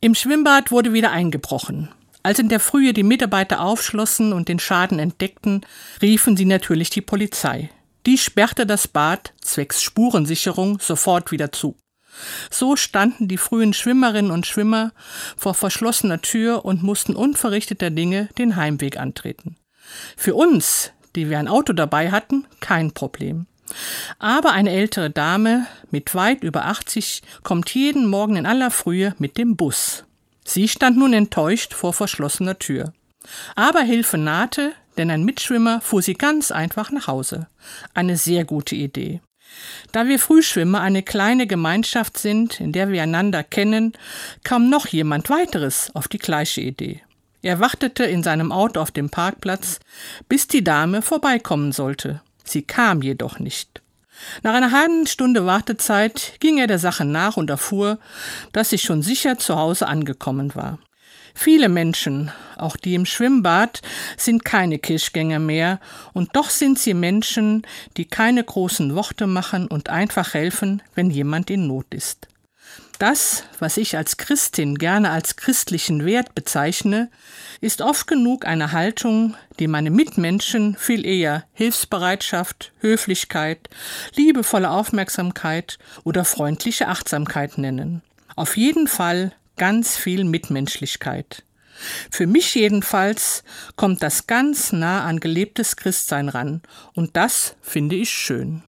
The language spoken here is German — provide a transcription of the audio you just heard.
Im Schwimmbad wurde wieder eingebrochen. Als in der Frühe die Mitarbeiter aufschlossen und den Schaden entdeckten, riefen sie natürlich die Polizei. Die sperrte das Bad zwecks Spurensicherung sofort wieder zu. So standen die frühen Schwimmerinnen und Schwimmer vor verschlossener Tür und mussten unverrichteter Dinge den Heimweg antreten. Für uns, die wir ein Auto dabei hatten, kein Problem. Aber eine ältere Dame mit weit über 80 kommt jeden Morgen in aller Frühe mit dem Bus. Sie stand nun enttäuscht vor verschlossener Tür. Aber Hilfe nahte, denn ein Mitschwimmer fuhr sie ganz einfach nach Hause. Eine sehr gute Idee. Da wir Frühschwimmer eine kleine Gemeinschaft sind, in der wir einander kennen, kam noch jemand weiteres auf die gleiche Idee. Er wartete in seinem Auto auf dem Parkplatz, bis die Dame vorbeikommen sollte. Sie kam jedoch nicht. Nach einer halben Stunde Wartezeit ging er der Sache nach und erfuhr, dass sie schon sicher zu Hause angekommen war. Viele Menschen, auch die im Schwimmbad, sind keine Kirchgänger mehr, und doch sind sie Menschen, die keine großen Worte machen und einfach helfen, wenn jemand in Not ist. Das, was ich als Christin gerne als christlichen Wert bezeichne, ist oft genug eine Haltung, die meine Mitmenschen viel eher Hilfsbereitschaft, Höflichkeit, liebevolle Aufmerksamkeit oder freundliche Achtsamkeit nennen. Auf jeden Fall ganz viel Mitmenschlichkeit. Für mich jedenfalls kommt das ganz nah an gelebtes Christsein ran, und das finde ich schön.